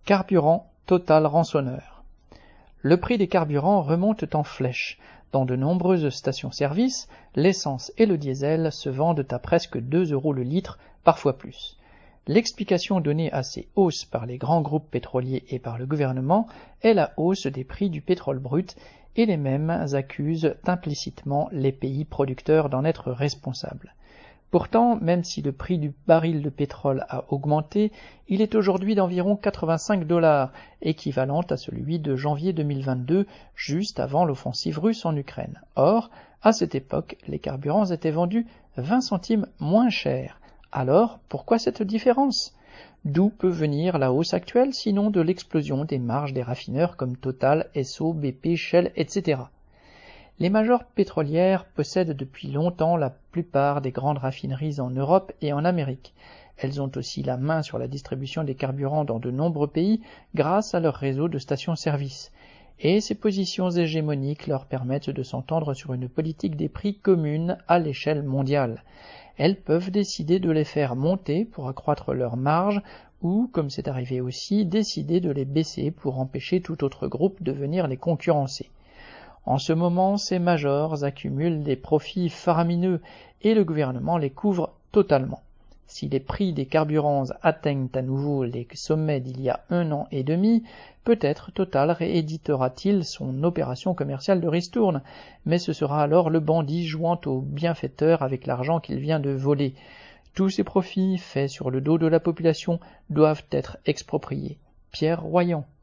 Carburant Total rançonneur. Le prix des carburants remonte en flèche. Dans de nombreuses stations-service, l'essence et le diesel se vendent à presque 2 € le litre, parfois plus. L'explication donnée à ces hausses par les grands groupes pétroliers et par le gouvernement est la hausse des prix du pétrole brut, et les mêmes accusent implicitement les pays producteurs d'en être responsables. Pourtant, même si le prix du baril de pétrole a augmenté, il est aujourd'hui d'environ 85 $, équivalent à celui de janvier 2022, juste avant l'offensive russe en Ukraine. Or, à cette époque, les carburants étaient vendus 20 centimes moins cher. Alors, pourquoi cette différence ? D'où peut venir la hausse actuelle, sinon de l'explosion des marges des raffineurs comme Total, Esso, BP, Shell, etc. Les majors pétrolières possèdent depuis longtemps la plupart des grandes raffineries en Europe et en Amérique. Elles ont aussi la main sur la distribution des carburants dans de nombreux pays grâce à leur réseau de stations-service. Et ces positions hégémoniques leur permettent de s'entendre sur une politique des prix commune à l'échelle mondiale. Elles peuvent décider de les faire monter pour accroître leurs marges ou, comme c'est arrivé aussi, décider de les baisser pour empêcher tout autre groupe de venir les concurrencer. En ce moment, ces majors accumulent des profits faramineux et le gouvernement les couvre totalement. Si les prix des carburants atteignent à nouveau les sommets d'il y a 1 an et demi, peut-être Total rééditera-t-il son opération commerciale de ristourne, mais ce sera alors le bandit jouant au bienfaiteur avec l'argent qu'il vient de voler. Tous ces profits faits sur le dos de la population doivent être expropriés. Pierre Royan.